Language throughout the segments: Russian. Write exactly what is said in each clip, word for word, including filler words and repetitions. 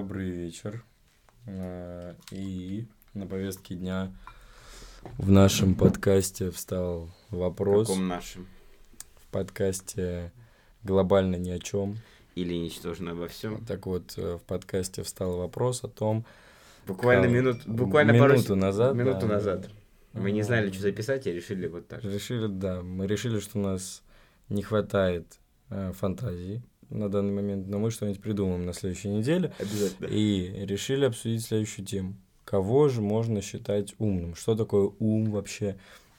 Добрый вечер. И на повестке дня в нашем подкасте встал вопрос. В каком нашем? В подкасте «Глобально ни о чем». Или «Ничтожно обо всем». Так вот, в подкасте встал вопрос о том... Буквально, как... минут, буквально минуту пару... назад. Минуту да, назад. Мы а, не знали, что записать, и решили вот так. Решили, да. Мы решили, что у нас не хватает э, фантазии на данный момент, но мы что-нибудь придумаем на следующей неделе. Обязательно. И решили обсудить следующую тему. Кого же можно считать умным? Что такое ум вообще?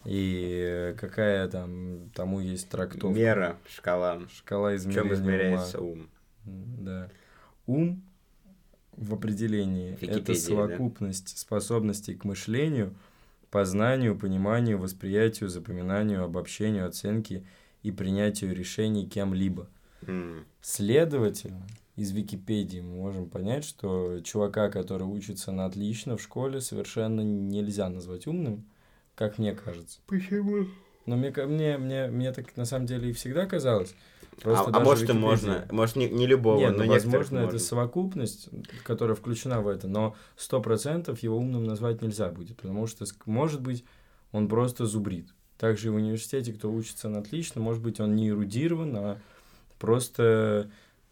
И какая там тому есть трактовка? Мера, шкала. Шкала измерения В чем измеряется ума. ум? Да. Ум в определении – Википедия, это совокупность да? способностей к мышлению, познанию, пониманию, восприятию, запоминанию, обобщению, оценке и принятию решений кем-либо. Mm. Следовательно, из Википедии мы можем понять, что чувака, который учится на отлично в школе, совершенно нельзя назвать умным, как мне кажется. Почему? Но мне, мне, мне, мне так на самом деле и всегда казалось. Просто а, а может и можно, может не, не любого, Нет, но ну, возможно, можно. это совокупность, которая включена в это, но сто процентов его умным назвать нельзя будет, потому что, может быть, он просто зубрит. Также и в университете, кто учится на отлично, может быть, он не эрудирован, а просто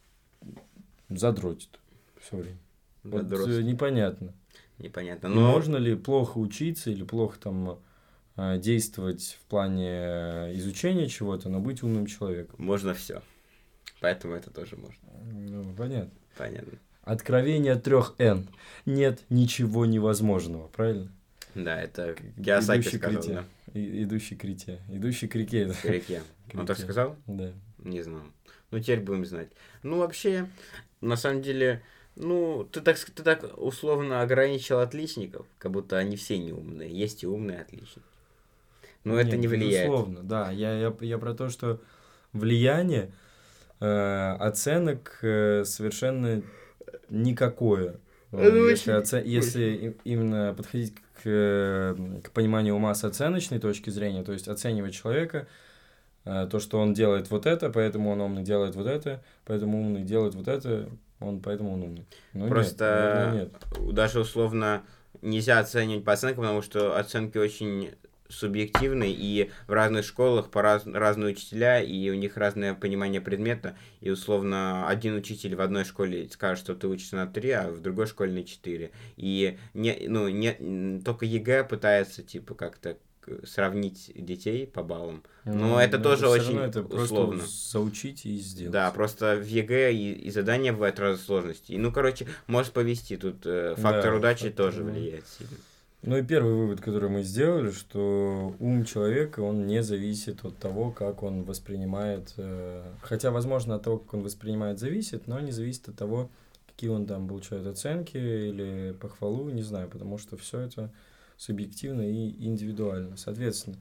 задротит все время. Вот непонятно. Непонятно. Но... Можно ли плохо учиться или плохо там действовать в плане изучения чего-то, но быть умным человеком? Можно все. Поэтому это тоже можно. Ну, понятно. Понятно. Откровение трех эн. Нет ничего невозможного, правильно? Да, это Кийосаки сказал, да. И, идущий к реке. Идущий к реке. К реке. Он так сказал? Да. Не знал. Ну, теперь будем знать. Ну, вообще, на самом деле, ну, ты так, ты так условно ограничил отличников, как будто они все не умные. Есть и умные отличники. Но Нет, это не влияет. Безусловно, да. Я, я, я про то, что влияние э, оценок э, совершенно никакое. Если, оце... Если именно подходить к, к пониманию ума с оценочной точки зрения, то есть оценивать человека, то, что он делает вот это, поэтому он умный, делает вот это, поэтому умный делает вот это, он поэтому он умный. Ну, Просто нет, нет. Даже условно нельзя оценивать по оценкам, потому что оценки очень субъективны, и в разных школах по раз, разные учителя, и у них разное понимание предмета, и условно один учитель в одной школе скажет, что ты учишься на три, а в другой школе на четыре. И не, ну, не, только ЕГЭ пытается типа как-то сравнить детей по баллам. Но, Но это но тоже это очень это условно. Просто заучить и сделать. Да, просто в ЕГЭ и, и задания бывают разной сложности. И, ну, короче, может повести. Тут э, фактор да, удачи фактор, тоже да. влияет сильно. Ну и первый вывод, который мы сделали, что ум человека, он не зависит от того, как он воспринимает, э, хотя, возможно, от того, как он воспринимает, зависит, но не зависит от того, какие он там получает оценки или похвалу, не знаю, потому что все это субъективно и индивидуально. Соответственно,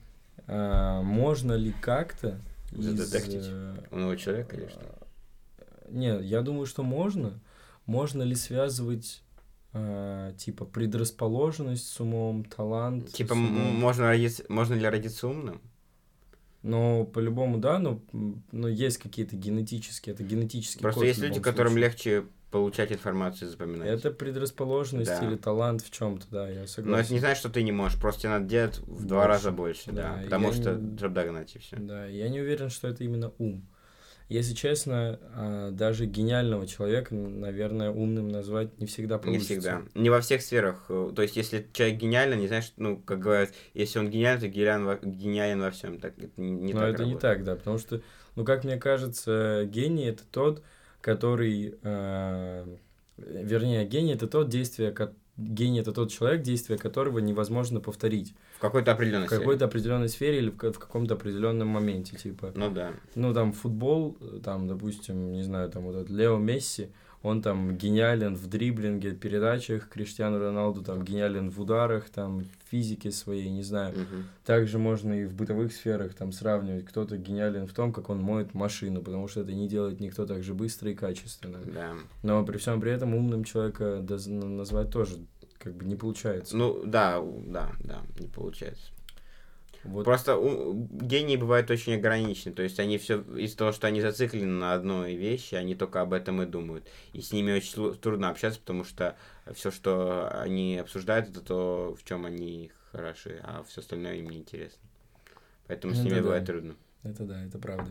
э, можно ли как-то задетектить умного человека или что? Нет, я думаю, что можно. Можно ли связывать Uh, типа предрасположенность с умом, талант. Типа можно, родиться, можно ли родиться умным? Ну, по-любому, да, но, но есть какие-то генетические, это генетический Просто код. Просто есть люди, которым легче получать информацию и запоминать. Это предрасположенность да. или талант в чем-то, да, я согласен. Но это не значит, что ты не можешь, просто тебе надо делать в больше. два раза больше, да, да потому что, не... чтобы догнать и все. Да, я не уверен, что это именно ум. Если честно, даже гениального человека, наверное, умным назвать не всегда получится. Не всегда. Не во всех сферах. То есть, если человек гениальный, не знаешь, ну, как говорят, если он гениален, то гениален во, гениален во всем. Так, это не, не Но так это работает. не так, да, потому что, ну, как мне кажется, гений — это тот, который... Э, вернее, гений — это тот действие, как гений — это тот человек, действие которого невозможно повторить. В какой-то определенной сфере. В какой-то определенной сфере или в, в каком-то определенном моменте, типа. Ну да. Ну там футбол, там, допустим, не знаю, там вот этот Лео Месси, он там гениален в дриблинге, передачах, Криштиану Роналду там гениален в ударах, там, в физике своей, не знаю. Угу. Также можно и в бытовых сферах там сравнивать. Кто-то гениален в том, как он моет машину, потому что это не делает никто так же быстро и качественно. Да. Но при всем при этом умным человека назвать тоже как бы не получается. Ну, да, да, да, не получается. Вот. Просто у, гении бывают очень ограничены, то есть они все из-за того, что они зациклены на одной вещи, они только об этом и думают. И с ними очень трудно общаться, потому что все, что они обсуждают, это то, в чем они хороши, а все остальное им не интересно. Поэтому это с ними да. бывает трудно. Это да, это правда.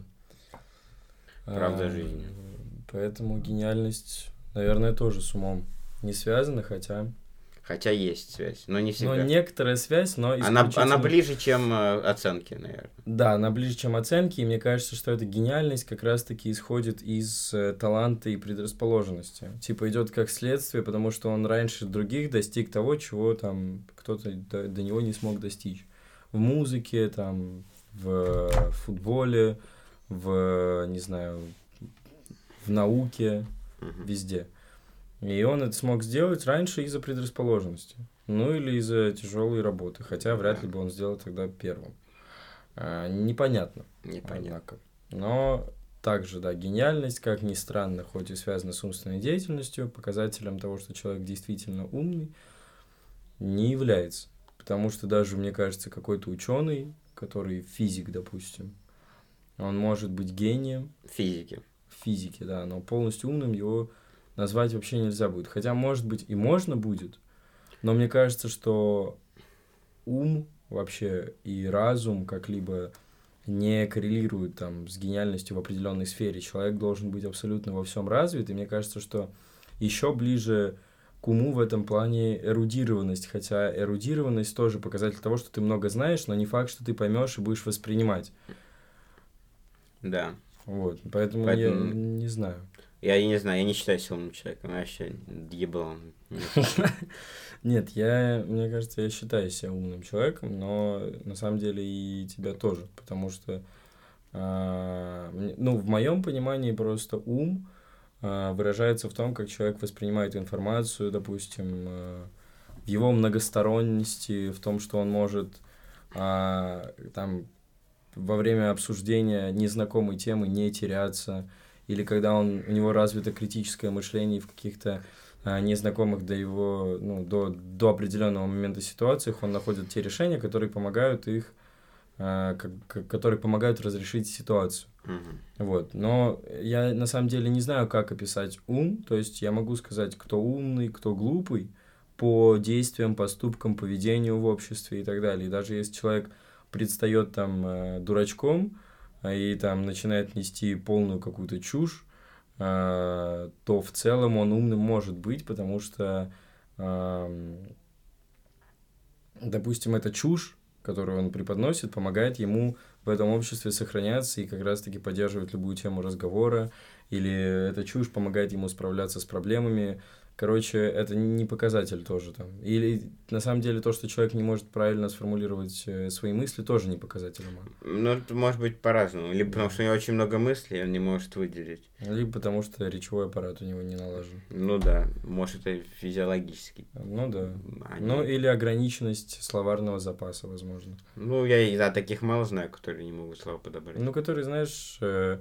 Правда а, жизни. Поэтому гениальность, наверное, тоже с умом не связана, хотя... Хотя есть связь, но не всегда. Но некоторая связь, но исключительно... Она, она ближе, чем э, оценки, наверное. Да, она ближе, чем оценки, и мне кажется, что эта гениальность как раз-таки исходит из э, таланта и предрасположенности. Типа идет как следствие, потому что он раньше других достиг того, чего там кто-то до, до него не смог достичь. В музыке, там, в футболе, в, не знаю, в науке, uh-huh. везде. И он это смог сделать раньше из-за предрасположенности. Ну, или из-за тяжелой работы. Хотя вряд ли бы он сделал тогда первым. А, непонятно. Непонятно. Однако. Но также, да, гениальность, как ни странно, хоть и связана с умственной деятельностью, показателем того, что человек действительно умный, не является. Потому что даже, мне кажется, какой-то ученый, который физик, допустим, он может быть гением. В физике. В физике, да, но полностью умным его... назвать вообще нельзя будет. Хотя, может быть, и можно будет, но мне кажется, что ум вообще и разум как-либо не коррелируют там с гениальностью в определенной сфере. Человек должен быть абсолютно во всем развит, и мне кажется, что еще ближе к уму в этом плане эрудированность, хотя эрудированность тоже показатель того, что ты много знаешь, но не факт, что ты поймешь и будешь воспринимать. Да. Вот, поэтому, поэтому... я не знаю. Я не знаю, я не считаю себя умным человеком, я вообще еблан. Нет, я, мне кажется, я считаю себя умным человеком, но на самом деле и тебя тоже, потому что, а, ну, в моем понимании просто ум а, выражается в том, как человек воспринимает информацию, допустим, а, в его многосторонности, в том, что он может а, там во время обсуждения незнакомой темы не теряться, или когда он, у него развито критическое мышление в каких-то а, незнакомых до его, ну, до, до определенного момента ситуациях, он находит те решения, которые помогают их, а, как, которые помогают разрешить ситуацию. Mm-hmm. Вот. Но я на самом деле не знаю, как описать ум, то есть я могу сказать, кто умный, кто глупый по действиям, поступкам, поведению в обществе и так далее. И даже если человек предстает там э, дурачком, и там начинает нести полную какую-то чушь, э, то в целом он умным может быть, потому что, э, допустим, эта чушь, которую он преподносит, помогает ему в этом обществе сохраняться и как раз-таки поддерживать любую тему разговора, или эта чушь помогает ему справляться с проблемами. Короче, это не показатель тоже там. Или на самом деле то, что человек не может правильно сформулировать свои мысли, тоже не показатель ума. Ну, это может быть по-разному. Либо потому что у него очень много мыслей, он не может выделить. Либо потому что речевой аппарат у него не налажен. Ну да, может это физиологически. Ну да. Они... Ну или ограниченность словарного запаса, возможно. Ну, я и да, таких мало знаю, которые не могут слова подобрать. Ну, которые, знаешь,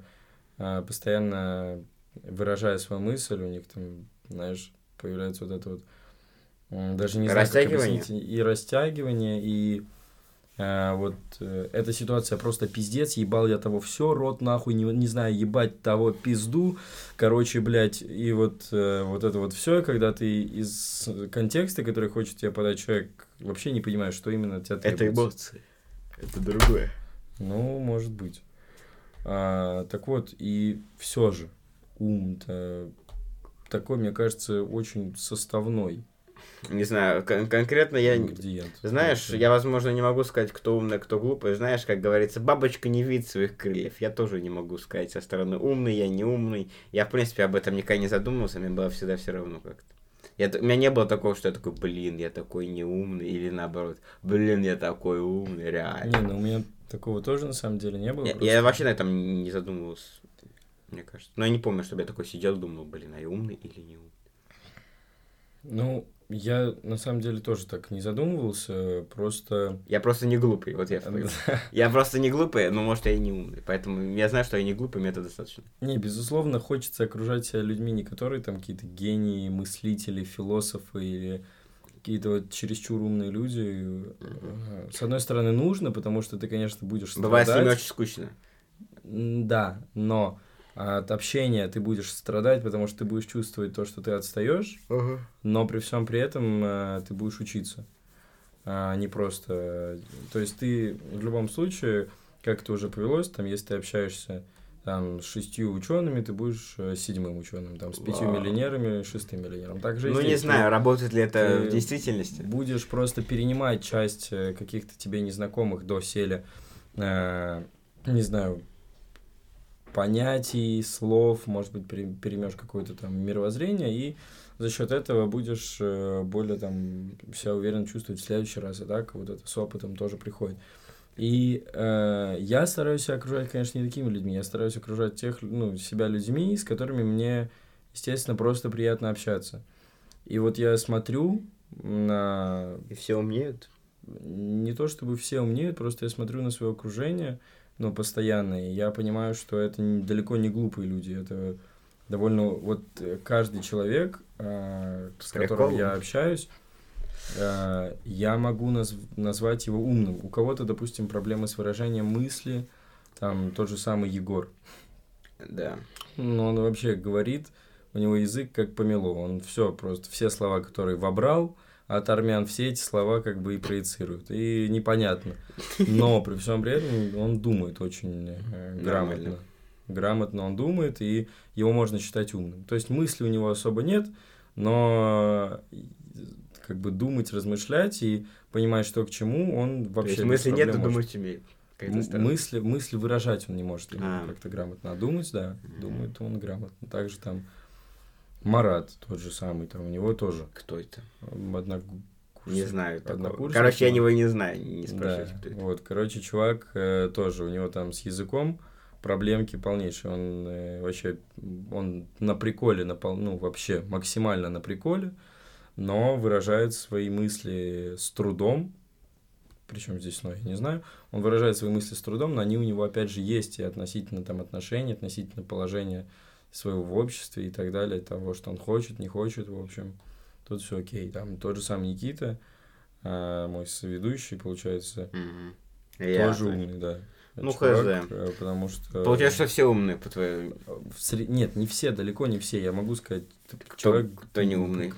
постоянно выражая свою мысль, у них там, знаешь, появляется вот это вот, даже не знаю, как объяснить, и растягивание, и э, вот э, эта ситуация просто пиздец, ебал я того все, рот нахуй, не, не знаю, ебать того пизду, короче, блядь, и вот, э, вот это вот все, когда ты из контекста, который хочет тебе подать человек, вообще не понимаешь, что именно от тебя требуется. Это эмоции, это другое. Ну, может быть. А, так вот, и все же ум-то такой, мне кажется, очень составной. Не знаю, кон- конкретно я... Ингредиент. Знаешь, я, возможно, не могу сказать, кто умный, кто глупый. Знаешь, как говорится, бабочка не видит своих крыльев. Я тоже не могу сказать со стороны умный, я не умный. Я, в принципе, об этом никогда не задумывался, мне было всегда все равно как-то. Я, у меня не было такого, что я такой, блин, я такой неумный, или наоборот, блин, я такой умный, реально. Не, ну у меня такого тоже на самом деле не было. Я, просто... я вообще на этом не задумывался. Мне кажется. Но я не помню, чтобы я такой сидел, думал, блин, а я умный или не умный? Ну, я на самом деле тоже так не задумывался, просто... Я просто не глупый, вот я понял. Я просто не глупый, но, может, я и не умный. Поэтому я знаю, что я не глупый, мне это достаточно. Не, безусловно, хочется окружать себя людьми, не которые там какие-то гении, мыслители, философы или какие-то вот чересчур умные люди, mm-hmm. с одной стороны, нужно, потому что ты, конечно, будешь страдать. Бывает, с ними очень скучно. Да, но от общения ты будешь страдать, потому что ты будешь чувствовать то, что ты отстаешь, uh-huh. но при всем при этом э, ты будешь учиться, а не просто... То есть ты в любом случае, как это уже повелось, там, если ты общаешься там, с шестью учеными, ты будешь э, седьмым ученым, там, с пятью wow. миллионерами, шестым миллионером. Так же ну, не знаю, работает ли это в действительности. Будешь просто перенимать часть каких-то тебе незнакомых доселе, э, не знаю, понятий, слов, может быть, переймешь какое-то там мировоззрение, и за счет этого будешь более там себя уверенно чувствовать в следующий раз, и так вот это с опытом тоже приходит. И э, я стараюсь себя окружать, конечно, не такими людьми, я стараюсь окружать тех, ну, себя людьми, с которыми мне, естественно, просто приятно общаться. И вот я смотрю на... И все умнеют? Не то чтобы все умнеют, просто я смотрю на свое окружение, ну, постоянно, и я понимаю, что это далеко не глупые люди, это довольно... Вот каждый человек, э, с которым я общаюсь, э, я могу наз- назвать его умным. У кого-то, допустим, проблемы с выражением мысли, там, тот же самый Егор. Да. Ну, он вообще говорит, у него язык как помело, он все просто, все слова, которые вобрал, от армян все эти слова как бы и проецируют. И непонятно. Но при всем при этом он думает очень э, грамотно. Нормально. Грамотно он думает, и его можно считать умным. То есть мысли у него особо нет, но как бы думать, размышлять и понимать, что к чему, он вообще... То есть мысли нет, но думать умеет. Мысли, мысли выражать он не может а. как-то грамотно. А думать, да, mm-hmm. думает он грамотно. Также там Марат тот же самый, там у него тоже. Кто это? Однокурсник. Не знаю. Короче, я него не знаю, не спрашивайте, да, кто это. Вот, короче, чувак э, тоже, у него там с языком проблемки полнейшие. Он э, вообще, он на приколе, на пол, ну, вообще максимально на приколе, но выражает свои мысли с трудом. Причем здесь, ну, я не знаю. Он выражает свои мысли с трудом, но они у него, опять же, есть и относительно там отношений, относительно положения своего в обществе и так далее, того, что он хочет, не хочет, в общем, тут все окей. Там тот же самый Никита, а, мой соведущий, получается, mm-hmm. тоже yeah, умный, да. Ну, чувак, хз. Потому что... Получается, что все умные, по твоему... Сред... Нет, не все, далеко не все, я могу сказать, кто, человек... Кто не умный?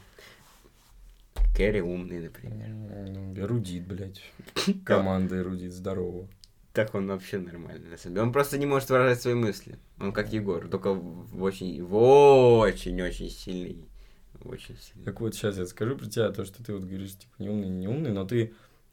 Кэрри умный, например. Эрудит, блядь. Команда эрудит, здорово. Так он вообще нормальный, на самом деле. Он просто не может выражать свои мысли. Он как Егор, только в очень, в очень-очень сильный. Очень сильный. Так вот, сейчас я скажу про тебя, то, что ты вот говоришь, типа, не умный, не умный, но ты,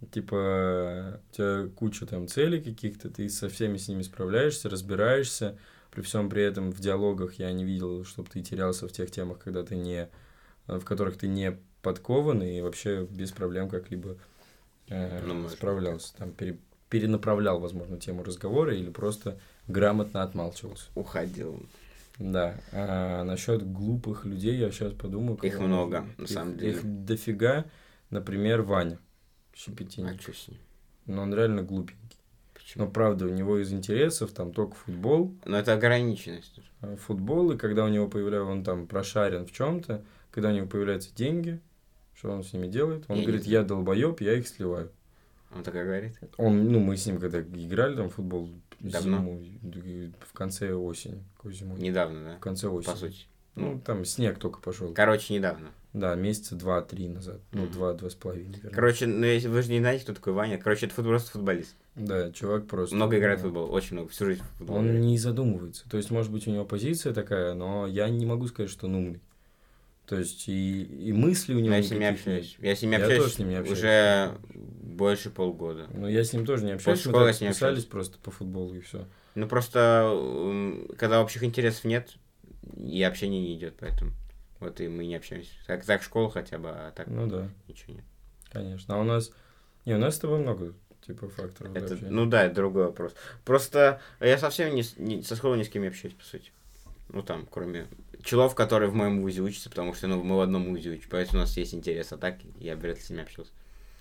типа, у тебя куча там целей каких-то, ты со всеми с ними справляешься, разбираешься. При всем при этом в диалогах я не видел, чтобы ты терялся в тех темах, когда ты не, в которых ты не подкован и вообще без проблем как-либо э, ну, справлялся. Там пере, перенаправлял, возможно, тему разговора или просто грамотно отмалчивался. Уходил. Да. А насчет глупых людей я сейчас подумаю. Их много, их, на самом деле. Их дофига. Например, Ваня Щепетильник. А что с ним? Но он реально глупенький. Почему? Но правда, у него из интересов там только футбол. Но это ограниченность. Футбол, и когда у него появляется, он там прошарен в чем-то, когда у него появляются деньги, что он с ними делает? Он я говорит, я долбоеб, я их сливаю. Он так и говорит? Он, ну, мы с ним когда играли там в футбол давно? Зиму, в конце осени. Какой зимой? Недавно, да? В конце осени. По сути. Ну, там снег только пошел. Короче, недавно. Да, месяца два-три назад. Mm-hmm. Ну, два-два с половиной. Наверное. Короче, ну, если вы же не знаете, кто такой Ваня. Короче, это просто футболист. Да, чувак просто... Много играет в футбол, очень много, всю жизнь в футбол. Он играет. не задумывается. То есть, может быть, у него позиция такая, но я не могу сказать, что он умный. То есть, и, и мысли у него я с ним общаюсь. Я с ним общаюсь, я тоже с ним не общаюсь уже больше полгода. Ну, я с ним тоже не общаюсь. Мы так списались просто по футболу, и все. Ну, просто, когда общих интересов нет, и общение не идет, поэтому... Вот и мы не общаемся. Так, так школа хотя бы, а так ну, да. ничего нет. Конечно. А у нас... Не, у нас с тобой много типа факторов. Это, ну да, это другой вопрос. Просто я совсем не, не со школы ни с кем не общаюсь, по сути. Ну там, кроме челов, которые в моем вузе учатся, потому что ну, мы в одном вузе учим, поэтому у нас есть интерес, а так я вряд ли с ними общался.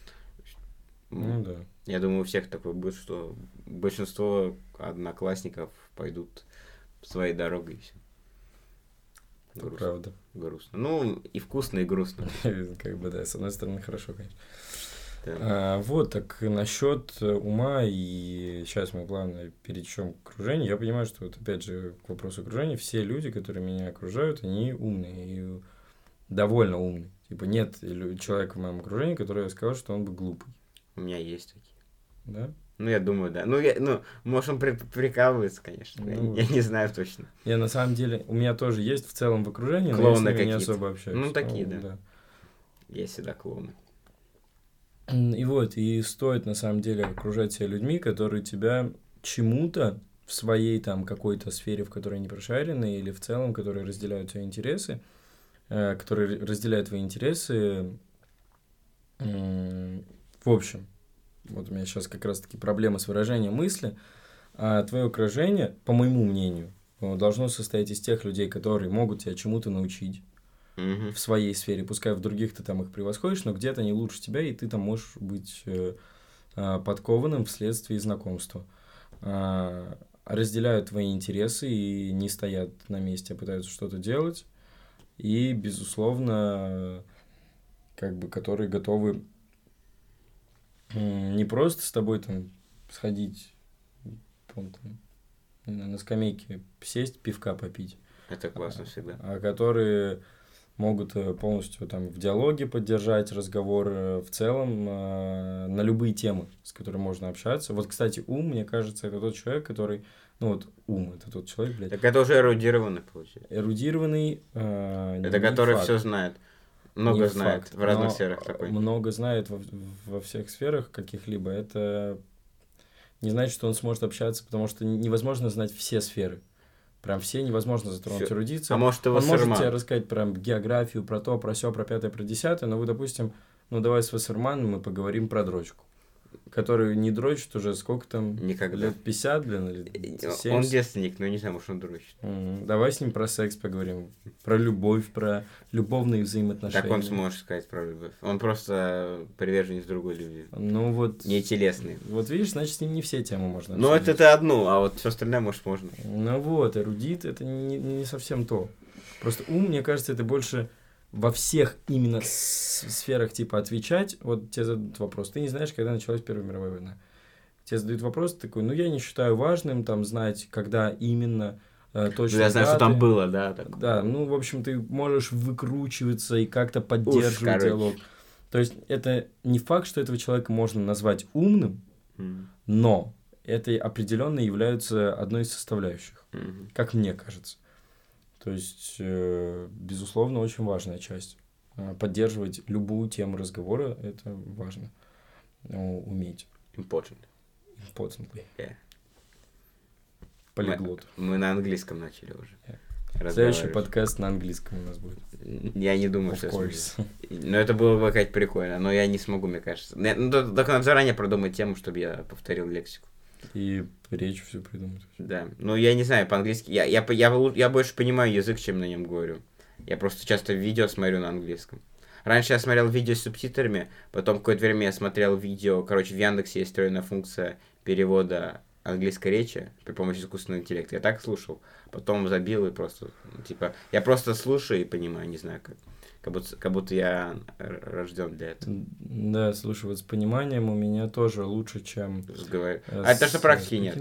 Ну да. Я думаю, у всех такое будет, что большинство одноклассников пойдут своей дорогой и все. Грустно. Правда. Грустно. Ну, и вкусно, и грустно. Как бы, да, с одной стороны, хорошо, конечно. Да. А, вот, так насчет ума, и сейчас мы плавно перейдем к окружению. Я понимаю, что вот опять же к вопросу окружения, все люди, которые меня окружают, они умные, и довольно умные. Типа нет человека в моем окружении, который сказал, что он бы глупый. У меня есть такие. Да? Ну, я думаю, да. Ну, я, ну может, он при- прикалывается, конечно. Ну, я, я не знаю точно. Я на самом деле, у меня тоже есть в целом в окружении, Клоуны но я с ними не какие-то. особо общаюсь. Ну, такие, Ну, да. да. Есть всегда клоуны. И вот, и стоит на самом деле окружать себя людьми, которые тебя чему-то в своей там какой-то сфере, в которой они прошарены, или в целом, которые разделяют твои интересы, э, которые разделяют твои интересы, э, в общем, вот у меня сейчас как раз-таки проблема с выражением мысли, а твое окружение, по моему мнению, должно состоять из тех людей, которые могут тебя чему-то научить, в своей сфере, пускай в других ты там их превосходишь, но где-то они лучше тебя, и ты там можешь быть э, э, подкованным вследствие знакомства. Э, разделяют твои интересы и не стоят на месте, а пытаются что-то делать. И, безусловно, как бы, которые готовы э, не просто с тобой там сходить там, на скамейке сесть, пивка попить. Это классно всегда. А, а которые могут полностью там в диалоге поддержать разговор в целом э, на любые темы, с которыми можно общаться. Вот, кстати, ум, мне кажется, это тот человек, который... Ну, вот ум, это тот человек, блядь. Так это уже эрудированный, получается. Эрудированный... Э, это который все знает. Много не знает факт, в разных сферах. Такой. Много знает во, во всех сферах каких-либо. Это не значит, что он сможет общаться, потому что невозможно знать все сферы. Прям все невозможно затронуть Всё. эрудицию. А может, его Он может Вассерман? тебе рассказать про географию, про то, про сё, про пятое, про десятое, но вы, допустим, ну давай с Вассерманом мы поговорим про дрочку, который не дрочит уже сколько там? Никогда. Лет пятьдесят, блин, или семьдесят? Он девственник, но не знаю, может, он дрочит. Mm-hmm. Давай с ним про секс поговорим, про любовь, про любовные взаимоотношения. Так он сможет сказать про любовь. Он просто приверженец другой любви. Ну вот... Не телесный. Вот видишь, значит, с ним не все темы можно Ну, это ты одну, а вот все остальное, может, можно. Ну вот, эрудит — это не, не совсем то. Просто ум, мне кажется, это больше во всех именно сферах, типа, отвечать. Вот тебе задают вопрос. Ты не знаешь, когда началась Первая мировая война. Тебе задают вопрос, ты такой, ну, я не считаю важным там знать, когда именно э, точно. Ну, я знаю, даты. что там было, да. Так. Да, ну, в общем, ты можешь выкручиваться и как-то поддерживать Уж, диалог. То есть, это не факт, что этого человека можно назвать умным, mm. но это определенно является одной из составляющих, mm-hmm. как мне кажется. То есть, э, безусловно, очень важная часть. Поддерживать любую тему разговора — это важно. Ну, уметь. Important. Importantly. Yeah. Полиглот. Мы, мы на английском начали уже. Yeah. Следующий подкаст на английском у нас будет. Я не думаю, of что course. я смогу. Но это было бы как-то прикольно. Но я не смогу, мне кажется. Ну, только надо заранее продумать тему, чтобы я повторил лексику. И речь все придумать. Да. Ну, я не знаю, по-английски. Я, я, я, я больше понимаю язык, чем на нем говорю. Я просто часто видео смотрю на английском. Раньше я смотрел видео с субтитрами, потом какое-то время я смотрел видео, короче, в Яндексе есть встроенная функция перевода английской речи при помощи искусственного интеллекта. Я так слушал, потом забил и просто, типа, я просто слушаю и понимаю, не знаю как. Как будто, как будто я рожден для этого. Да, слушай, вот с пониманием у меня тоже лучше, чем... Разговаривать. Э, а это что практики нет?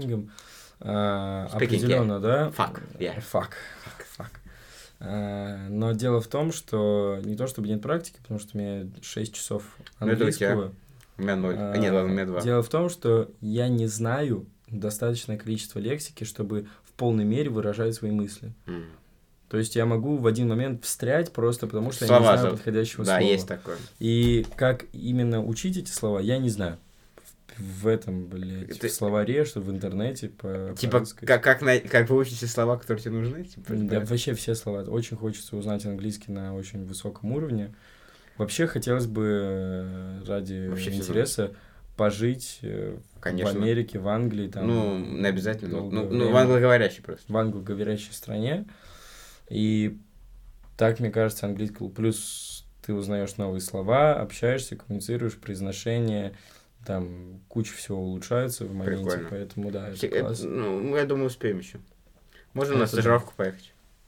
А, определенно, yeah. да? Fuck, yeah. Fuck. Fuck. Fuck. А, но дело в том, что не то чтобы нет практики, потому что у меня шесть часов английского. У меня ноль. А, нет, ладно, у меня два. Дело в том, что я не знаю достаточное количество лексики, чтобы в полной мере выражать свои мысли. Mm. То есть я могу в один момент встрять просто потому, что слова я не знаю подходящего да, слова. Да, есть такое. И как именно учить эти слова, я не знаю. В, в этом, блядь, Ты... в словаре, что в интернете. По, типа, как, как, на, как вы учите слова, которые тебе нужны? Типа, да, да, вообще все слова. Очень хочется узнать английский на очень высоком уровне. Вообще хотелось бы ради вообще интереса пожить Конечно. в Америке, в Англии. Там, ну, не обязательно. Ну, ну, в англоговорящей просто. В англоговорящей стране. И так, мне кажется, английский... Плюс ты узнаешь новые слова, общаешься, коммуницируешь, произношение, там куча всего улучшается в моменте. Прикольно. Поэтому, да, это Все, класс. Это, ну, я думаю, успеем еще. Можно это на стажировку да. поехать.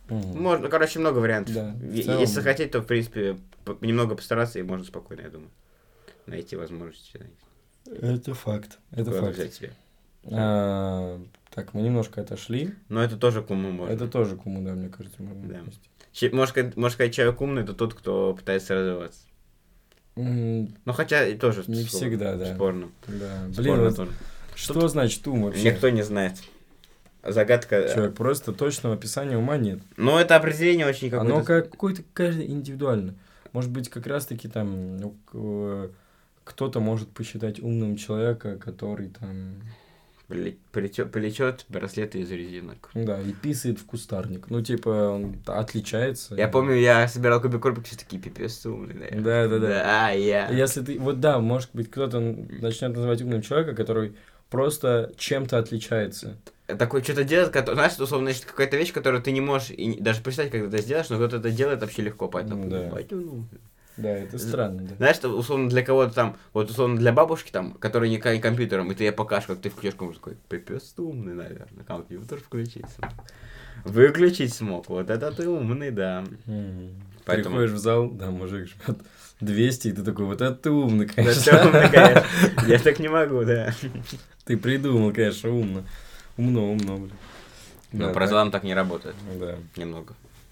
Угу. Можно, короче, много вариантов. Да, целом... Если хотеть, то, в принципе, немного постараться, и можно спокойно, я думаю, найти возможности. Это факт. Это Куда факт. Взять себе. А, так, мы немножко отошли. Но это тоже к уму можно. Это тоже к уму, да, мне кажется, можно. Да. Ч- может, может сказать, человек умный, это тот, кто пытается развиваться. Mm, ну, хотя и тоже не спор- всегда, да. Спорно. Да. Блин, Спорно вот тоже. что Тут значит ум вообще? Никто не знает. Загадка... Человек, просто точного описания ума нет. Ну, это определение очень какое-то... Оно как какое-то каждое индивидуально. Может быть, как раз-таки там ну, кто-то может посчитать умным человека, который там... Плетет, плетет браслеты из резинок. Да, и писает в кустарник. Ну, типа, он отличается. Я помню, я собирал кубик Рубика, все такие, пипец, ты умный, наверное. Да, да, да. Да, я. Если ты... Вот да, может быть, кто-то начнет называть умным человека, который просто чем-то отличается. Такое что-то делает, который, знаешь, условно, значит, какая-то вещь, которую ты не можешь и даже представить, как ты это сделаешь, но кто-то это делает вообще легко, поэтому... Да. поэтому... Да, это странно, да. Знаешь, что, условно, для кого-то там, вот, условно, для бабушки там, которая не компьютером, и ты ей покажешь, как ты включишь компьютер, такой, пипец, ты умный, наверное, компьютер включить смог. Выключить смог, вот это ты умный, да. Mm-hmm. Поэтому... Приходишь в зал, да, мужик жмет двести, и ты такой, вот это ты умный, конечно. Да, ты умный, конечно. Я так не могу, да. Ты придумал, конечно, умно. Умно, умно, блин. Но про залом так не работает. Да. Немного.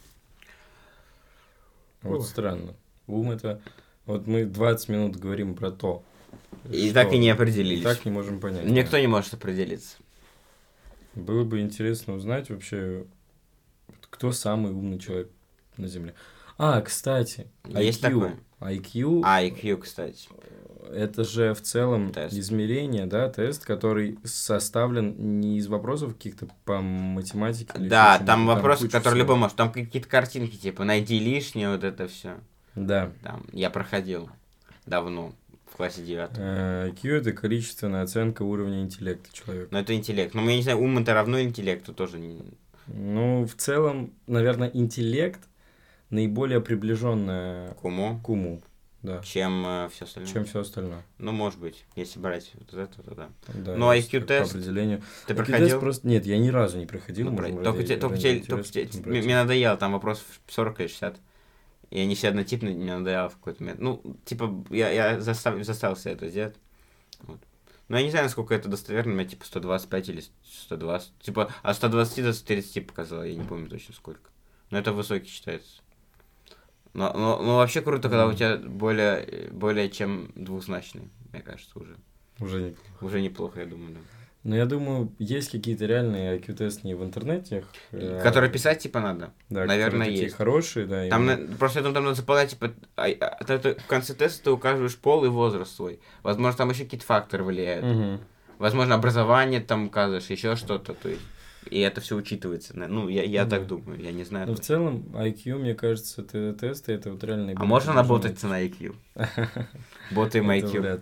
Вот Ох. Странно. Ум это... Вот мы двадцать минут говорим про то. И так и не определились. И так не можем понять. Никто да. не может определиться. Было бы интересно узнать вообще, кто самый умный человек на Земле. А, кстати, Есть ай кью. такое? ай кью. ай кью, кстати. Это же в целом тест. измерение, да, тест, который составлен не из вопросов каких-то по математике. Или да, там, там вопросы, которые всего. любой может. Там какие-то картинки, типа, найди лишнее, вот это все. Да. Там, я проходил давно, в классе девятом. ай кью это количественная оценка уровня интеллекта человека. Ну, это интеллект. Ну, я не знаю, ум это равно интеллекту тоже. Не... Ну, в целом, наверное, интеллект наиболее приближенная к уму. К уму. Да. Чем э, все остальное. Чем все остальное. Ну, может быть, если брать вот это, то да. Да, ну, ай кью-тест. По определению. Ты проходил? Просто... Нет, я ни разу не проходил. Ну, только только, те, только, те, только те, мне надоело, там вопрос сорок или шестьдесят. И они все однотипные, мне надоело в какой-то момент. Ну, типа, я, я застав, заставил себя это сделать. Вот. Но я не знаю, насколько это достоверно, у меня типа сто двадцать пять или сто двадцать. Типа, от сто двадцати до сто тридцати показало, я не помню точно сколько. Но это высокий считается. Но, но, но вообще круто, когда у тебя более, более чем двузначный, мне кажется, уже. Уже неплохо. Уже неплохо, я думаю, да. Ну, я думаю, есть какие-то реальные ай кью-тесты в интернете. Которые писать, типа, надо. Да, наверное, такие есть. Хорошие, да. Там на, просто я думаю, там надо заполнять, типа, а, а, ты, ты, в конце теста ты указываешь пол и возраст свой. Возможно, там еще какие-то факторы влияют. Угу. Возможно, образование там указываешь, еще что-то, то есть. И это все учитывается. Ну, я, я да. так думаю, я не знаю. Но в целом, ай кью, мне кажется, это тесты, это вот реальные... А можно наботать на ай кью? Ботаем ай кью.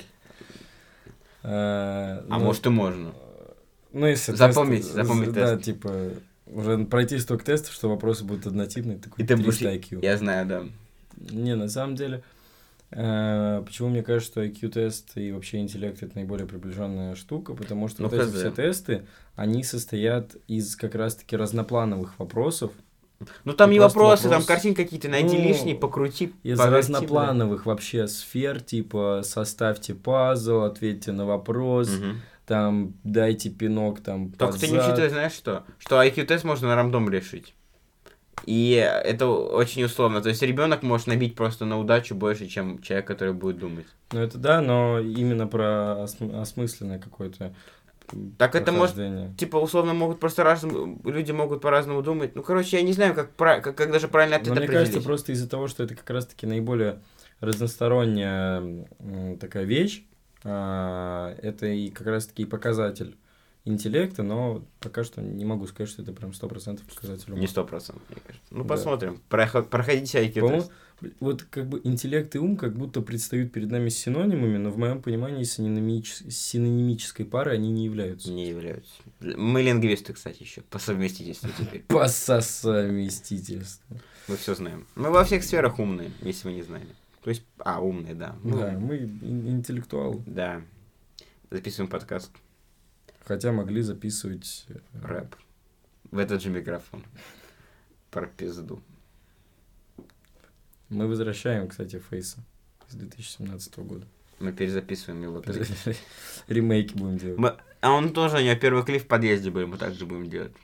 А может и можно. Ну, если запомнить, тест, запомнить да, тест. типа, уже пройти столько тестов, что вопросы будут однотипные, такой триста ай кью. Я знаю, да. Не, на самом деле, э, почему мне кажется, что ай кью-тест и вообще интеллект — это наиболее приближенная штука, потому что ну, вот эти все тесты, они состоят из как раз-таки разноплановых вопросов. Ну, там не вопросы, вопрос... там картинки какие-то, найди ну, лишние, покрути. Из разноплановых вообще сфер, типа, составьте пазл, ответьте на вопрос, угу. там, дайте пинок, там, только ты не учитывай, знаешь что? Что ай кью-тест можно на рандом решить. И это очень условно. То есть ребенок может набить просто на удачу больше, чем человек, который будет думать. Ну, это да, но именно про осм- осмысленное какое-то. Так это может, типа, условно, могут просто разные, люди могут по-разному думать. Ну, короче, я не знаю, как, как, как даже правильно это определить. Мне кажется, просто из-за того, что это как раз-таки наиболее разносторонняя такая вещь, это и как раз-таки показатель интеллекта, но пока что не могу сказать, что это прям сто процентов показатель ума. Не сто процентов, мне кажется. Ну, да. Посмотрим. Проход, проходите ай кью-тест. Вот как бы интеллект и ум как будто предстают перед нами синонимами, но в моем понимании синонимич... синонимической парой они не являются. Не являются. Мы лингвисты, кстати, еще по совместительству теперь. По совместительству. Мы все знаем. Мы во всех сферах умные, если вы не знали. То есть, а, умные, да. Да, мы интеллектуалы. Да. Записываем подкаст. Хотя могли записывать рэп в этот же микрофон. про пизду. Мы возвращаем, кстати, Фейса с две тысячи семнадцатого года. Мы перезаписываем его. Ремейки будем делать. Мы... А он тоже, у него первый клип в подъезде был, мы также будем делать.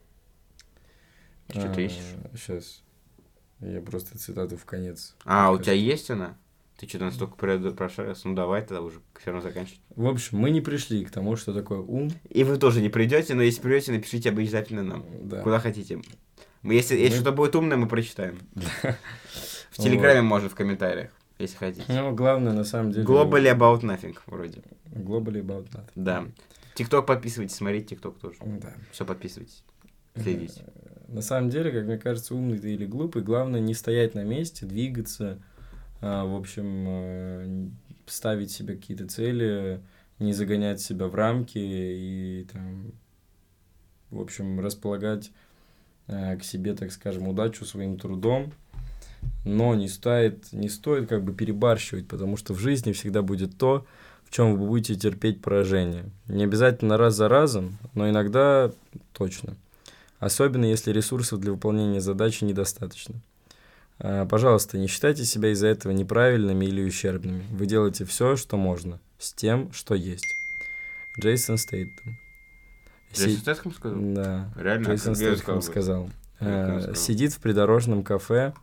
Ты что-то ищешь? Сейчас. Я просто цитату в конец. А, у тебя есть она? Ты что-то настолько прошарился? Ну, давай тогда уже все равно заканчивать. В общем, мы не пришли к тому, что такое ум. И вы тоже не придете, но если придете, напишите обязательно нам. Да. Куда хотите. Мы, если, если мы... что-то будет умное, мы прочитаем. В Телеграме можно в комментариях, если хотите. Ну, главное, на самом деле... Globally about nothing, вроде. Globally about nothing. Да. ТикТок подписывайтесь, смотрите ТикТок тоже. Да. Все подписывайтесь, следите. На самом деле, как мне кажется, умный ты или глупый, главное не стоять на месте, двигаться, в общем, ставить себе какие-то цели, не загонять себя в рамки и там, в общем, располагать к себе, так скажем, удачу своим трудом. Но не стоит, не стоит как бы перебарщивать, потому что в жизни всегда будет то, в чем вы будете терпеть поражение. Не обязательно раз за разом, но иногда точно. Особенно если ресурсов для выполнения задачи недостаточно. Пожалуйста, не считайте себя из-за этого неправильными или ущербными. Вы делаете все, что можно, с тем, что есть. Джейсон Стейтхэм. Джейсон Стейтхэм сказал? Да. Реально? Джейсон Стейтхэм сказал. сказал. Сидит в придорожном кафе.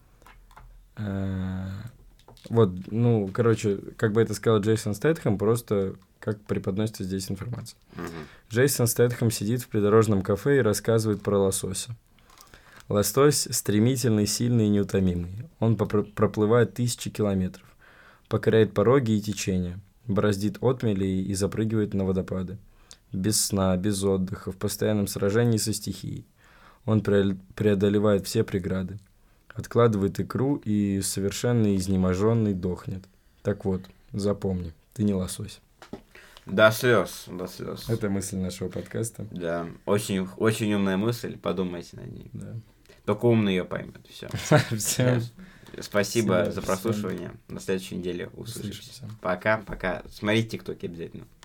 Вот, ну, короче, как бы это сказал Джейсон Стейтхэм, просто как преподносится здесь информация. Uh-huh. Джейсон Стейтхэм сидит в придорожном кафе и рассказывает про лосося. Лосось стремительный, сильный и неутомимый. Он попр- проплывает тысячи километров, покоряет пороги и течения, бороздит отмели и запрыгивает на водопады. Без сна, без отдыха, в постоянном сражении со стихией. Он пре- преодолевает все преграды. Откладывает икру и совершенно изнеможенный дохнет. Так вот, запомни, ты не лосось. До слез, до слез. Это мысль нашего подкаста. Да, очень, очень умная мысль, подумайте над ней. Да. Только умный ее поймет, все. Всем спасибо за прослушивание. На следующей неделе услышимся. Пока, пока. Смотрите ТикТоки обязательно.